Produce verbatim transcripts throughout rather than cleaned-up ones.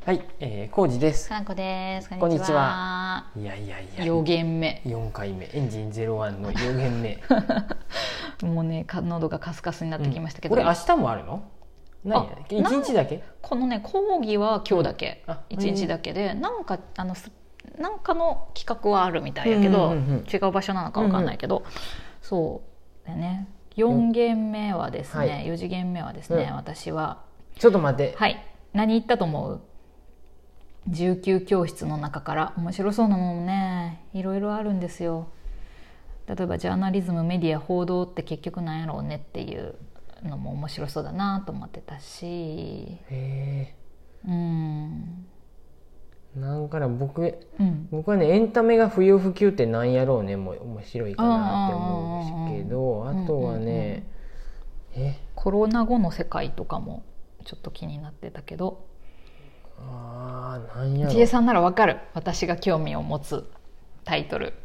はい、えー、コウジです。 かなこです。 こんにちは。いやいやいや。 よげんめ。 よんかいめ、エンジンゼロワンのよげんめ。 もうね、喉がカスカスになってきましたけど。 うん、これ明日もあるの？何や？いちにちだけ？ このね、講義は今日だけ、いちにちだけで、なんかあのなんかの企画はあるみたいやけど、うんうんうんうん、違う場所なのかわかんないけど、うんうん、そうだね。よん限目はですね、はい、よ次元目はですね、うん、私はちょっと待って。 はい。何言ったと思う？じゅうきゅう教室の中から面白そうなものね、いろいろあるんですよ。例えばジャーナリズム、メディア、報道って結局なんやろうねっていうのも面白そうだなと思ってたし、 へー、うんなんか僕、 うん、 僕はね、エンタメが不要不急ってなんやろうねも面白いかなって思うんですけど、あとはね、うんうんうん、えコロナ後の世界とかもちょっと気になってたけど、 あー、なんやろ。 ジェイ さんならわかる。私が興味を持つタイトル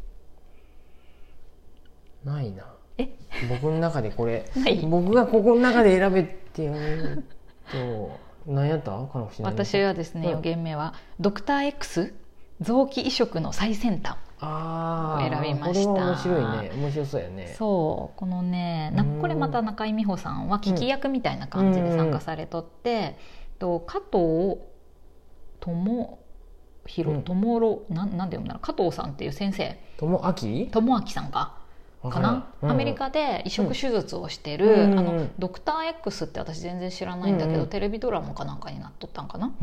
ないな。 え僕の中でこれない僕がここの中で選べって言うと何やったかもしれない。 私はですね、うん、よ限目はドクター X 臓器移植の最先端を選びました。 これは面白いね。面白そうやね。 そう、このね、なこれまた中井美穂さんは聞き役みたいな感じで参加されとって、うん、と加藤智弘智ろなんなんて読むんだろう、加藤さんっていう先生、 智明智明さんかかな、うん、アメリカで移植手術をしてる、うん、あのドクター X って私全然知らないんだけど、うん、テレビドラマかなんかになっとったんかな、うん、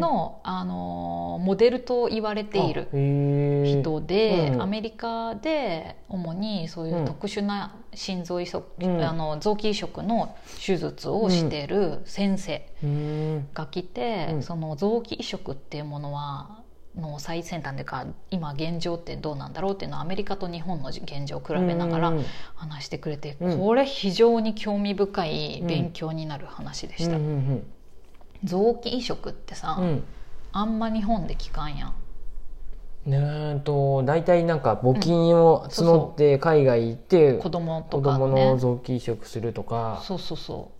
の、あのモデルと言われている人で、うん、アメリカで主にそういう特殊な心臓移植、うん、あの臓器移植の手術をしてる先生が来て、うん、その臓器移植っていうものはの最先端でか今現状ってどうなんだろうっていうのをアメリカと日本の現状を比べながら話してくれて、うん、これ非常に興味深い勉強になる話でした、うんうんうん、臓器移植ってさ、うん、あんま日本で聞かんやん。 えと大体なんか募金を募って海外行って、うん、 子供とか、ね、 子供の臓器移植するとか。 そうそうそう、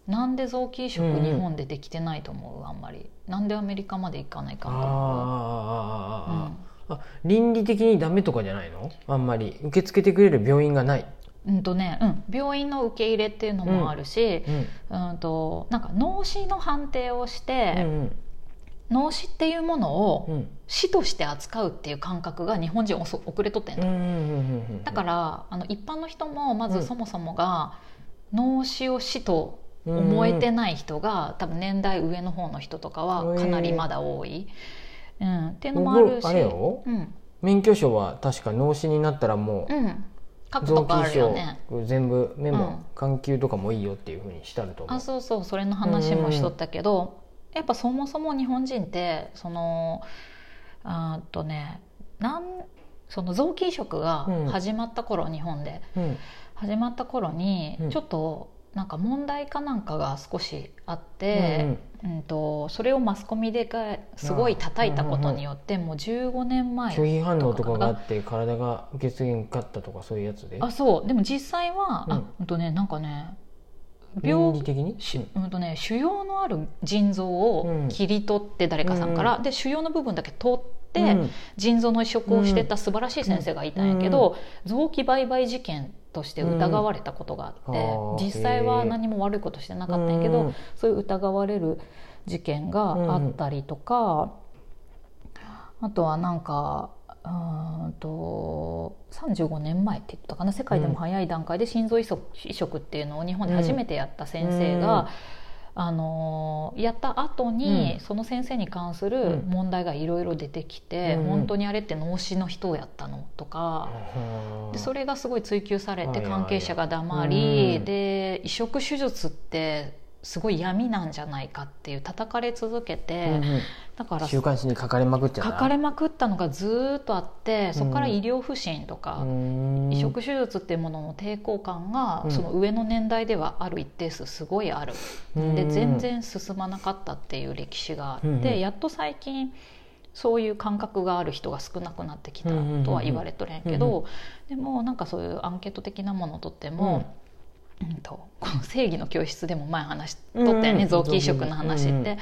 なんで臓器移植日本でできてないと思う？あんまりなんでアメリカまで行かないかと思う？ あ、うん、あ倫理的にダメとかじゃないの？あんまり受け付けてくれる病院がない。 うんとねうん、病院の受け入れっていうのもあるし、うんうん、となんか脳死の判定をして、うんうん、脳死っていうものを死として扱うっていう感覚が日本人遅れとってんだ、うんうんうんうん、だからあの一般の人もまずそもそもが脳死を死と思えてない人が多分年代上の方の人とかはかなりまだ多い、うん、っていうのもあるし、 あれよ、うん、免許証は確か脳死になったらもう、うん、 書くとかあるよね。 全部メモ、うん、眼球とかもいいよっていう風にしたると思う。 あ、そうそう、それの話もしとったけど、やっぱそもそも日本人ってそのあとねなんその臓器移植が始まった頃、うん、日本で、うん、始まった頃にちょっとなんか問題かなんかが少しあって、うんうんうん、とそれをマスコミでがすごい叩いたことによって、もうじゅうごねんまえとか拒否反応とかがあって体が受け継げんかったとかそういうやつで。 あ、そうでも実際は、うん、あうんとねなんかね病理的に、 うんとね、腫瘍のある腎臓を切り取って誰かさんから、うん、で腫瘍の部分だけ取って、うん、腎臓の移植をしてた素晴らしい先生がいたんやけど、うん、臓器売買事件として疑われたことがあって、うん、実際は何も悪いことしてなかったんやけど、うん、そういう疑われる事件があったりとか、うん、あとはなんかうんとさんじゅうごねんまえって言ったかな、世界でも早い段階で心臓移植っていうのを日本で初めてやった先生が、うん、あのやった後に、うん、その先生に関する問題がいろいろ出てきて、うん、本当にあれって脳死の人をやったのとか、うん、でそれがすごい追及されて関係者が黙り、うん、で移植手術ってすごい闇なんじゃないかっていう叩かれ続けて、うんうん、だから週刊誌に書かれまくっちゃった書かれまくったのがずっとあって、そこから医療不信とか、うん、移植手術っていうものの抵抗感が、うん、その上の年代ではある一定数すごいある、うん、で全然進まなかったっていう歴史があって、うん、やっと最近そういう感覚がある人が少なくなってきたとは言われとれんけど、うんうんうん、でもなんかそういうアンケート的なものをとっても、うんうん、とこの正義の教室でも前話しとったよね、臓器移植の話って、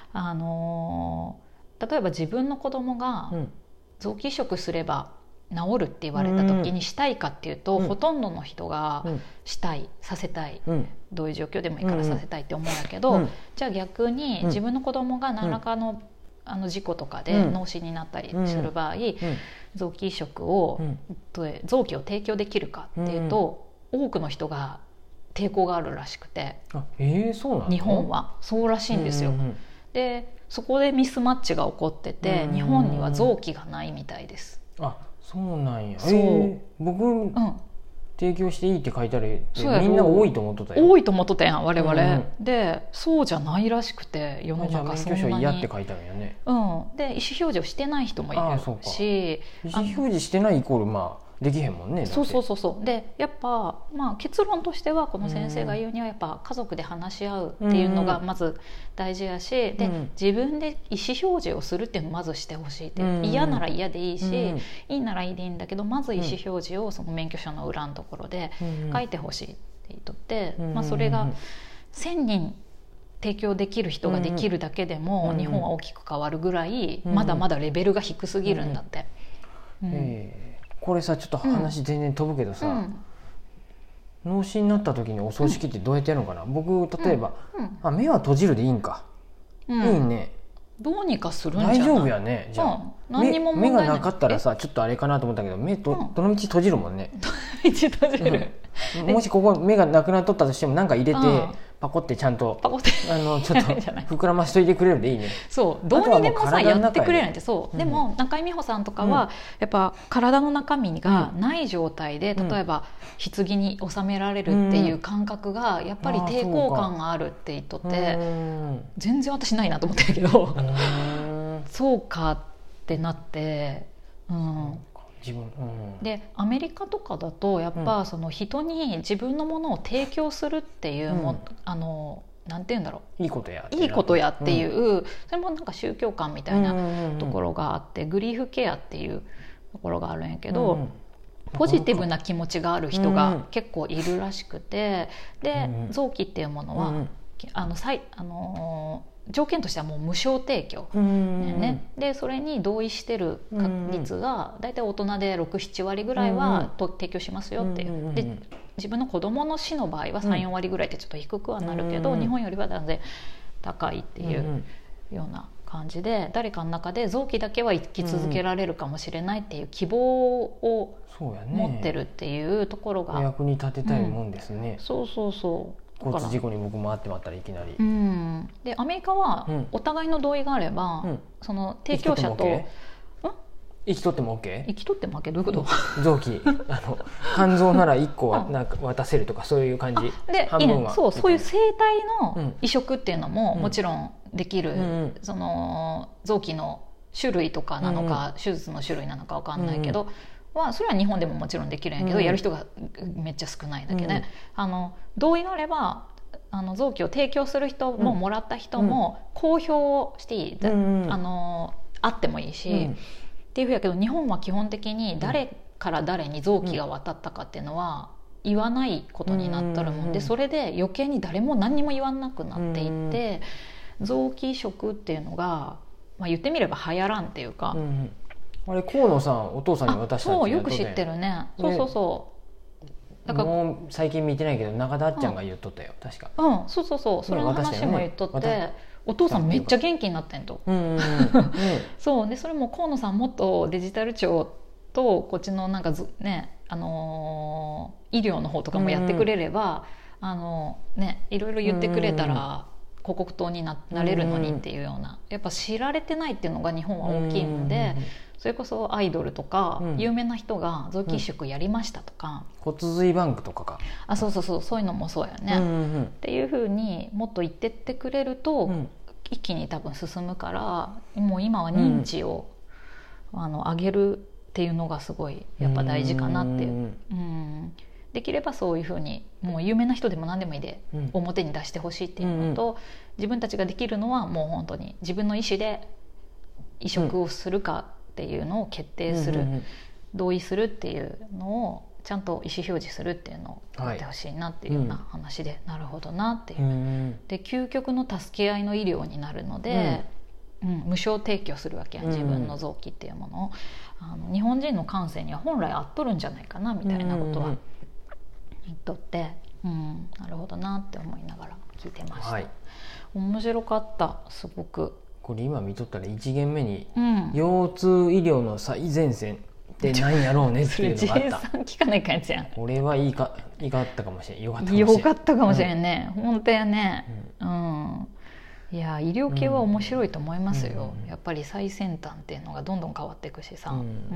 あの例えば自分の子供が臓器移植すれば治るって言われた時にしたいかっていうと、うん、ほとんどの人がしたい、させたい、うん、どういう状況でもいいからさせたいって思うんだけど、うん、じゃあ逆に自分の子供が何らかの、あの事故とかで脳死になったりする場合、臓器移植を、臓器を提供できるかっていうと、多くの人が抵抗があるらしくて、 あ、えー、そうなの？ 日本はそうらしいんですよ、うんうんうん、でそこでミスマッチが起こってて、日本には臓器がないみたいです。 あ、そうなんや。 そう、えー、僕、うん、提供していいって書いてある。みんな多いと思っとったよ。多いと思っとったやん我々、うんうん、でそうじゃないらしくて、世の中そんなに。免許証嫌って書いてあるんやね。 うん、で意思表示をしてない人もいるし、 意思表示してないイコールまあできへんもんね。 そうそうそうそう。でやっぱ、まあ、結論としてはこの先生が言うにはやっぱ家族で話し合うっていうのがまず大事やし、うん、で自分で意思表示をするっていうのをまずしてほしいって、うん、嫌なら嫌でいいし、うん、いいならいいでいいんだけど、まず意思表示をその免許証の裏のところで書いてほしいって言っとって、うん、まあ、それがせんにん提供できる人ができるだけでも日本は大きく変わるぐらいまだまだレベルが低すぎるんだって、うんうん、えーこれさ、ちょっと話全然飛ぶけどさ、うん、脳死になった時にお葬式ってどうやってやるのかな、うん、僕例えば、うんうん、あ、目は閉じるでいいんか、うん、いいね、 どうにかするんじゃない？大丈夫やね。じゃあ、うん、何にも問題ない。目がなかったらさ、ちょっとあれかなと思ったけど、目と、うん、どの道閉じるもんね。 どの道閉じる、 うん、もしここ目がなくなっとったとしても何か入れて、うん、パコってちゃんとパコってあのちょっと膨らましといてくれるでいいね。 そう、どうにでもさやってくれないって。そう、うん、でも中井美穂さんとかは、うん、やっぱ体の中身がない状態で、うん、例えば棺に収められるっていう感覚がやっぱり抵抗感があるって言っとって、うん、全然私ないなと思ってるけど、うん、そうかってなって、うん、 自分、うん、 でアメリカとかだとやっぱその人に自分のものを提供するっていうも、うん、あのなんていうんだろう、 いいことやいいことやっていう、うん、それもなんか宗教観みたいなところがあって、うんうんうん、グリーフケアっていうところがあるんやけど、うん、ポジティブな気持ちがある人が結構いるらしくて、で、うん、臓器っていうものは、うん、あのさいあのー条件としてはもう無償提供、ねね、でそれに同意してる率がだいたい大人でろく、なな割ぐらいはと提供しますよっていう。で自分の子供の死の場合はさん、よん割ぐらいってちょっと低くはなるけど、日本よりは断然高いっていうような感じで、誰かの中で臓器だけは生き続けられるかもしれないっていう希望を持ってるっていうところが、 お役に立てたいもんですね、 うん、そうそうそう。 交通事故に僕もあってまったらいきなり、 うん、でアメリカはお互いの同意があれば、うん、その提供者と生きとっても OK？ 生きとっても OK？ どういうこと？ 臓器あの肝臓ならいっこはなんか渡せるとかそういう感じで、半分はそう、そういう生体の移植っていうのももちろんできる、うん、その臓器の種類とかなのか、うん、手術の種類なのか分かんないけど、うんはそれは日本でももちろんできるんやけど、うん、やる人がめっちゃ少ないだけで、うん、あの同意があればあの臓器を提供する人も、うん、もらった人も公表をしていい、うん、あのあってもいいし、うん、っていうふうやけど、日本は基本的に誰から誰に臓器が渡ったかっていうのは言わないことになったるもんで、それで余計に誰も何にも言わなくなっていって、臓器移植っていうのが、まあ、言ってみれば流行らんっていうか、 うんあれ河野さんお父さんに渡したんそうよく知ってるね。そうそうそう。 だからもう最近見てないけど中田あっちゃんが言っとったよ、うん、確か。 うんそうそうそう。それの話も言っとって、ね、お父さんめっちゃ元気になってんと。うんうんうん、そうでそれも河野さんもっとデジタル庁とこっちのなんかずねあのー、医療の方とかもやってくれれば、うん、あのねいろいろ言ってくれたら。広告塔に な, なれるのにっていうような、やっぱ知られてないっていうのが日本は大きいので、それこそアイドルとか有名な人が臓器移植やりましたとか、 骨髄バンクとかかあそうそうそうそういうのもそうやね、うんうんうん、っていう風にもっと言ってってくれると、うん、一気に多分進むから、もう今は認知を、うん、あの上げるっていうのがすごいやっぱ大事かなっていう、うんうんできればそういうふうにもう有名な人でも何でもいいで表に出してほしいっていうのと、うん、自分たちができるのはもう本当に自分の意思で移植をするかっていうのを決定する、うん、同意するっていうのをちゃんと意思表示するっていうのをやってほしいなっていうような話で、はい、うん、なるほどなっていう、うん、で究極の助け合いの医療になるので、うんうん、無償提供するわけやん、自分の臓器っていうものを、あの日本人の感性には本来合っとるんじゃないかなみたいなことは言っとって、うん、なるほどなって思いながら聞いてました、はい、面白かったすごく。 これ今見とったらいち限目に、うん、腰痛医療の最前線って何やろうねっていうのがあった。 それ ジェイさん 聞かないかんやつやん。 これはいいかいいかったかもしれん、よかったかもしれん、 よかったかもしれんね、うん、本当やね、うん、うん、いや医療系は面白いと思いますよ、うん、やっぱり最先端っていうのがどんどん変わっていくしさ、うんうん、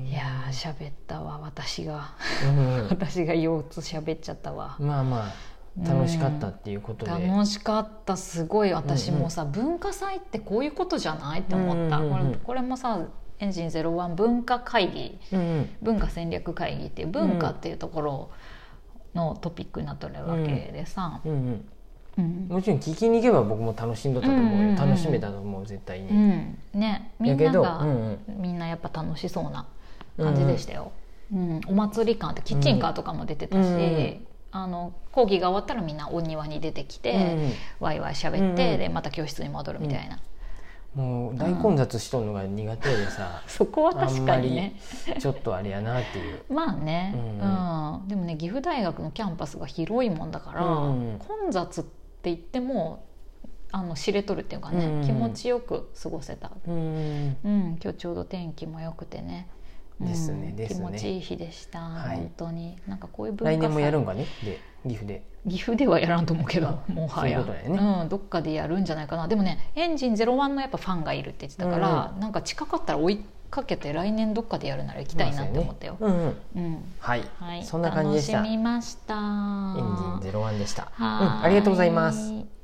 いや喋ったわ私が、うん、私が腰痛喋っちゃったわ。 まあまあ楽しかったっていうことで、 うん、楽しかった、すごい。私もさ、うんうん、文化祭ってこういうことじゃないって思った、うんうんうん、これ、これもさエンジンゼロワン文化会議、うんうん、文化戦略会議っていう文化っていうところのトピックになってるわけでさ、うんうんうん、もちろん聞きに行けば僕も楽しんどったと思うよ、うんうんうん、楽しめたと思う絶対に、うんね、みんなが、うんうん、みんなやっぱ楽しそうな感じでしたよ、うんうん、お祭り感ってキッチンカーとかも出てたし、うんうんうん、あの講義が終わったらみんなお庭に出てきて、うん、ワイワイ喋って、うん、でまた教室に戻るみたいな、 うん、もう大混雑しとるのが苦手でさ、 うん、そこは確かにねあんまりちょっとあれやなっていうまあね、うんうん、でもね岐阜大学のキャンパスが広いもんだから、うん、混雑って言ってもあの知れとるっていうかね、うん、気持ちよく過ごせた、うんうん、今日ちょうど天気も良くてね、 ですね、ですね、 気持ちいい日でした、はい、本当になんかこういう文化祭来年もやるんかね、で岐阜で岐阜ではやらんと思うけど、もはや、そういうことだよね、うん、どっかでやるんじゃないかな。でもねエンジンゼロワンのやっぱファンがいるって言ってたから、うん、なんか近かったら追いかけて来年どっかでやるなら行きたいなって思ったよ、うんうんうん、はい、はい、そんな感じでした。楽しみました。エンジンゼロワンでした、うん、ありがとうございます。